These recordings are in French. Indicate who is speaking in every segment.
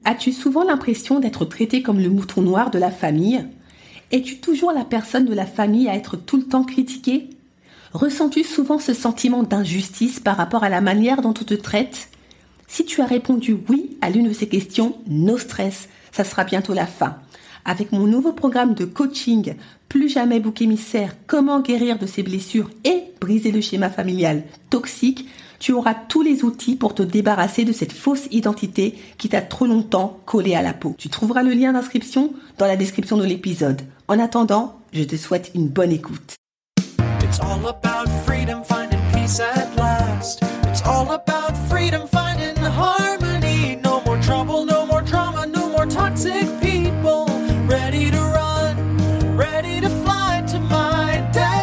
Speaker 1: As-tu souvent l'impression d'être traité comme le mouton noir de la famille? Es-tu toujours la personne de la famille à être tout le temps critiquée? Ressens-tu souvent ce sentiment d'injustice par rapport à la manière dont on te traite? Si tu as répondu oui à l'une de ces questions, no stress, ça sera bientôt la fin. Avec mon nouveau programme de coaching, Plus jamais bouc émissaire, comment guérir de ses blessures et briser le schéma familial toxique, tu auras tous les outils pour te débarrasser de cette fausse identité qui t'a trop longtemps collé à la peau. Tu trouveras le lien d'inscription dans la description de l'épisode. En attendant, je te souhaite une bonne écoute.
Speaker 2: It's all about freedom, finding peace at last. It's all about freedom, finding harmony. No more trouble, no more drama, no more toxic people. Ready to run, ready to fly to my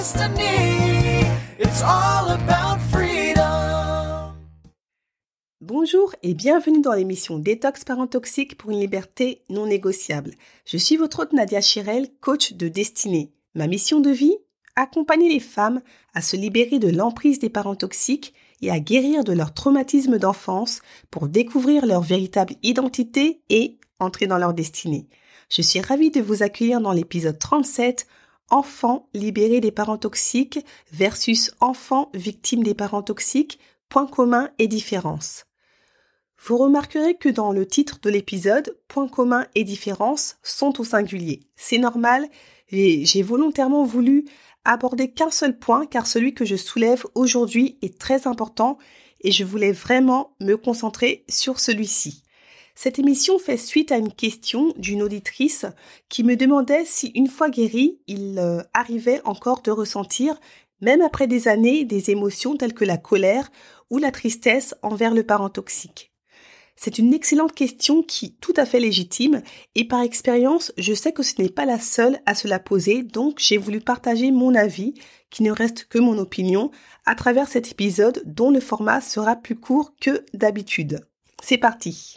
Speaker 2: destiny. It's all about freedom.
Speaker 1: Bonjour et bienvenue dans l'émission Détox Parents Toxiques pour une liberté non négociable. Je suis votre hôte Nadia Chirel, coach de destinée. Ma mission de vie? Accompagner les femmes à se libérer de l'emprise des parents toxiques et à guérir de leur traumatisme d'enfance pour découvrir leur véritable identité et entrer dans leur destinée. Je suis ravie de vous accueillir dans l'épisode 37, Enfants libérés des parents toxiques versus enfants victimes des parents toxiques, points communs et différences. Vous remarquerez que dans le titre de l'épisode, points communs et différences sont au singulier. C'est normal et j'ai volontairement voulu aborder qu'un seul point car celui que je soulève aujourd'hui est très important et je voulais vraiment me concentrer sur celui-ci. Cette émission fait suite à une question d'une auditrice qui me demandait si une fois guéri, il arrivait encore de ressentir, même après des années, des émotions telles que la colère ou la tristesse envers le parent toxique. C'est une excellente question qui est tout à fait légitime et par expérience, je sais que ce n'est pas la seule à se la poser, donc j'ai voulu partager mon avis, qui ne reste que mon opinion, à travers cet épisode dont le format sera plus court que d'habitude. C'est parti!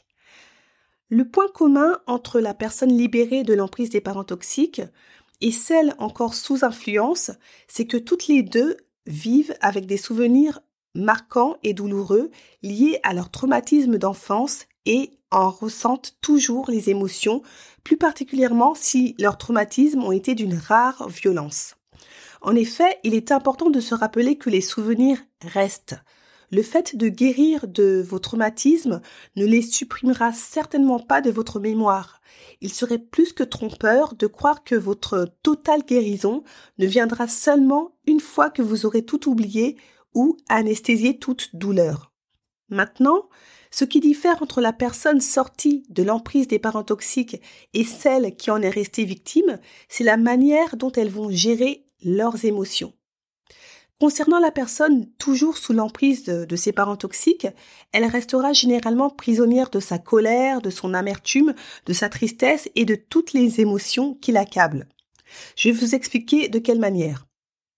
Speaker 1: Le point commun entre la personne libérée de l'emprise des parents toxiques et celle encore sous influence, c'est que toutes les deux vivent avec des souvenirs marquants et douloureux liés à leur traumatisme d'enfance et en ressentent toujours les émotions, plus particulièrement si leurs traumatismes ont été d'une rare violence. En effet, il est important de se rappeler que les souvenirs restent. Le fait de guérir de vos traumatismes ne les supprimera certainement pas de votre mémoire. Il serait plus que trompeur de croire que votre totale guérison ne viendra seulement une fois que vous aurez tout oublié ou anesthésier toute douleur. Maintenant, ce qui diffère entre la personne sortie de l'emprise des parents toxiques et celle qui en est restée victime, c'est la manière dont elles vont gérer leurs émotions. Concernant la personne toujours sous l'emprise de ses parents toxiques, elle restera généralement prisonnière de sa colère, de son amertume, de sa tristesse et de toutes les émotions qui l'accablent. Je vais vous expliquer de quelle manière.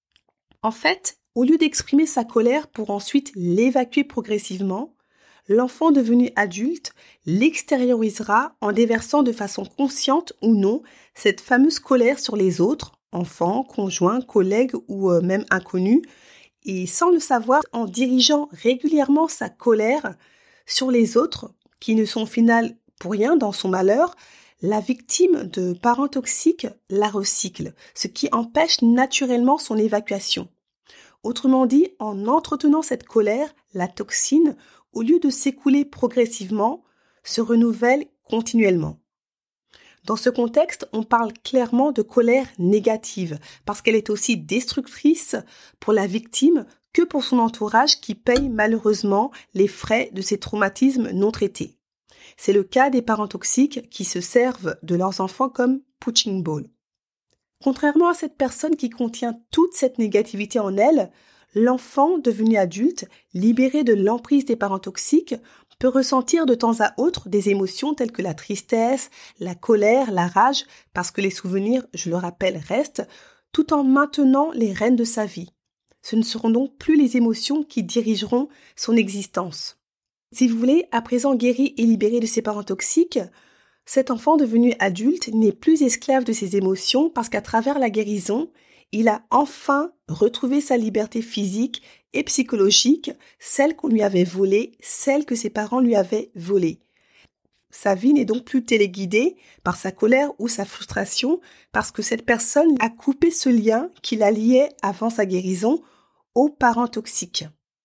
Speaker 1: En fait, au lieu d'exprimer sa colère pour ensuite l'évacuer progressivement, l'enfant devenu adulte l'extériorisera en déversant de façon consciente ou non cette fameuse colère sur les autres, enfants, conjoints, collègues ou même inconnus, et sans le savoir en dirigeant régulièrement sa colère sur les autres qui ne sont au final pour rien dans son malheur, la victime de parents toxiques la recycle, ce qui empêche naturellement son évacuation. Autrement dit, en entretenant cette colère, la toxine, au lieu de s'écouler progressivement, se renouvelle continuellement. Dans ce contexte, on parle clairement de colère négative, parce qu'elle est aussi destructrice pour la victime que pour son entourage qui paye malheureusement les frais de ces traumatismes non traités. C'est le cas des parents toxiques qui se servent de leurs enfants comme punching ball. Contrairement à cette personne qui contient toute cette négativité en elle, l'enfant devenu adulte, libéré de l'emprise des parents toxiques, peut ressentir de temps à autre des émotions telles que la tristesse, la colère, la rage, parce que les souvenirs, je le rappelle, restent, tout en maintenant les rênes de sa vie. Ce ne seront donc plus les émotions qui dirigeront son existence. Si vous voulez, à présent guéri et libéré de ses parents toxiques, cet enfant devenu adulte n'est plus esclave de ses émotions parce qu'à travers la guérison, il a enfin retrouvé sa liberté physique et psychologique, celle qu'on lui avait volée, celle que ses parents lui avaient volée. sa vie n'est donc plus téléguidée par sa colère ou sa frustration parce que cette personne a coupé ce lien qui la liait avant sa guérison aux parents toxiques.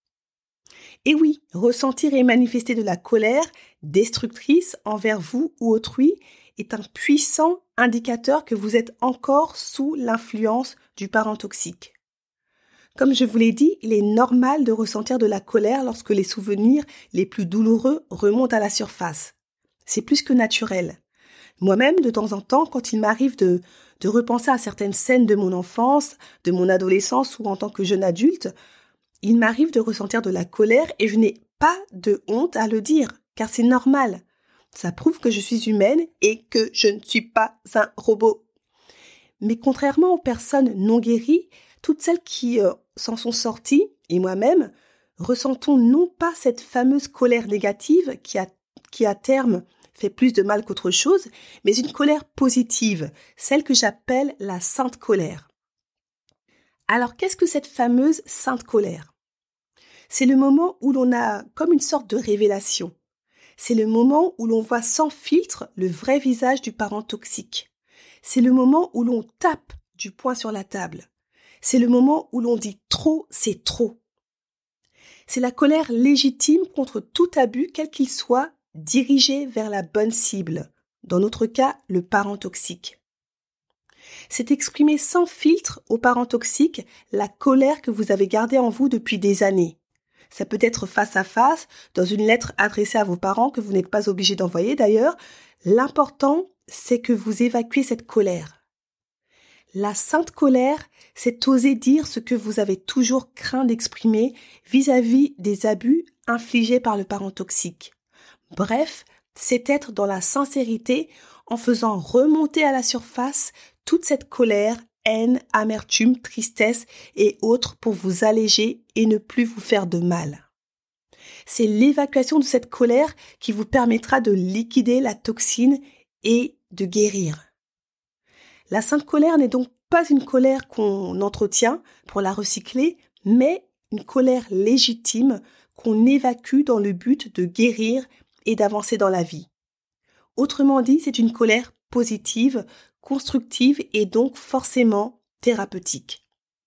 Speaker 1: Et oui, ressentir et manifester de la colère destructrice envers vous ou autrui est un puissant indicateur que vous êtes encore sous l'influence du parent toxique. Comme je vous l'ai dit, il est normal de ressentir de la colère lorsque les souvenirs les plus douloureux remontent à la surface. C'est plus que naturel. Moi-même, de temps en temps, quand il m'arrive de repenser à certaines scènes de mon enfance, de mon adolescence ou en tant que jeune adulte, il m'arrive de ressentir de la colère et je n'ai pas de honte à le dire, car c'est normal. Ça prouve que je suis humaine et que je ne suis pas un robot. Mais contrairement aux personnes non guéries, toutes celles qui s'en sont sorties, et moi-même, ressentons non pas cette fameuse colère négative qui à terme fait plus de mal qu'autre chose, mais une colère positive, celle que j'appelle la sainte colère. Alors qu'est-ce que cette fameuse sainte colère ? C'est le moment où l'on a comme une sorte de révélation. C'est le moment où l'on voit sans filtre le vrai visage du parent toxique. C'est le moment où l'on tape du poing sur la table. C'est le moment où l'on dit trop, c'est trop. C'est la colère légitime contre tout abus, quel qu'il soit, dirigé vers la bonne cible, dans notre cas, le parent toxique. C'est exprimer sans filtre au parent toxique la colère que vous avez gardée en vous depuis des années. Ça peut être face à face, dans une lettre adressée à vos parents que vous n'êtes pas obligé d'envoyer d'ailleurs. L'important, c'est que vous évacuez cette colère. La sainte colère, c'est oser dire ce que vous avez toujours craint d'exprimer vis-à-vis des abus infligés par le parent toxique. Bref, c'est être dans la sincérité en faisant remonter à la surface toute cette colère, haine, amertume, tristesse et autres pour vous alléger et ne plus vous faire de mal. C'est l'évacuation de cette colère qui vous permettra de liquider la toxine et de guérir. La sainte colère n'est donc pas une colère qu'on entretient pour la recycler, mais une colère légitime qu'on évacue dans le but de guérir et d'avancer dans la vie. Autrement dit, c'est une colère positive, constructive et donc forcément thérapeutique.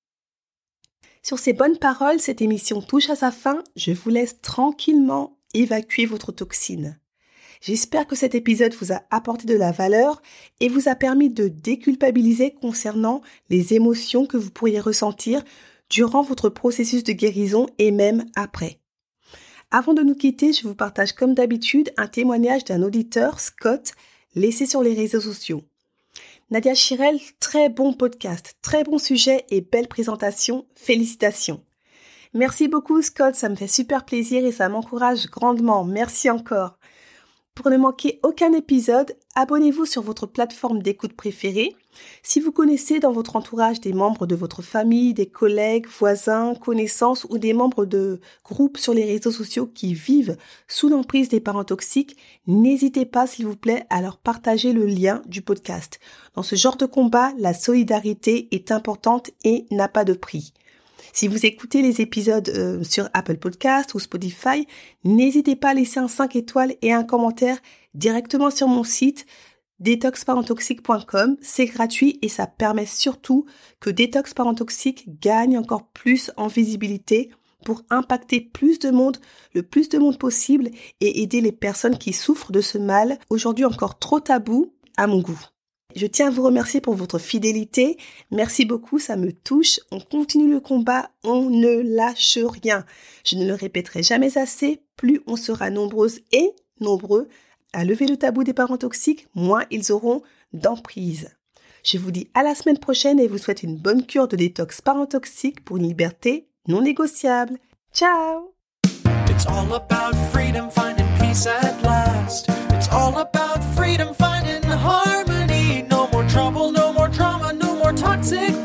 Speaker 1: Sur ces bonnes paroles, cette émission touche à sa fin. Je vous laisse tranquillement évacuer votre toxine. J'espère que cet épisode vous a apporté de la valeur et vous a permis de déculpabiliser concernant les émotions que vous pourriez ressentir durant votre processus de guérison et même après. Avant de nous quitter, je vous partage comme d'habitude un témoignage d'un auditeur, Scott, laissé sur les réseaux sociaux. Nadia Chirel, très bon podcast, très bon sujet et belle présentation, félicitations. Merci beaucoup Scott, ça me fait super plaisir et ça m'encourage grandement, merci encore. Pour ne manquer aucun épisode, abonnez-vous sur votre plateforme d'écoute préférée. Si vous connaissez dans votre entourage des membres de votre famille, des collègues, voisins, connaissances ou des membres de groupes sur les réseaux sociaux qui vivent sous l'emprise des parents toxiques, n'hésitez pas s'il vous plaît à leur partager le lien du podcast. Dans ce genre de combat, la solidarité est importante et n'a pas de prix. Si vous écoutez les épisodes sur Apple Podcast ou Spotify, n'hésitez pas à laisser un 5 étoiles et un commentaire directement sur mon site detoxparenttoxique.com. C'est gratuit et ça permet surtout que Détox Parents Toxiques gagne encore plus en visibilité pour impacter plus de monde, le plus de monde possible et aider les personnes qui souffrent de ce mal, aujourd'hui encore trop tabou à mon goût. Je tiens à vous remercier pour votre fidélité. Merci beaucoup, ça me touche. On continue le combat, on ne lâche rien. Je ne le répéterai jamais assez, plus on sera nombreuses et nombreux à lever le tabou des parents toxiques, moins ils auront d'emprise. Je vous dis à la semaine prochaine et vous souhaite une bonne cure de détox parents toxiques pour une liberté non négociable. Ciao!
Speaker 2: It's all about freedom, finding peace at last. It's all about freedom, finding harmony. No more trouble, no more drama, no more toxic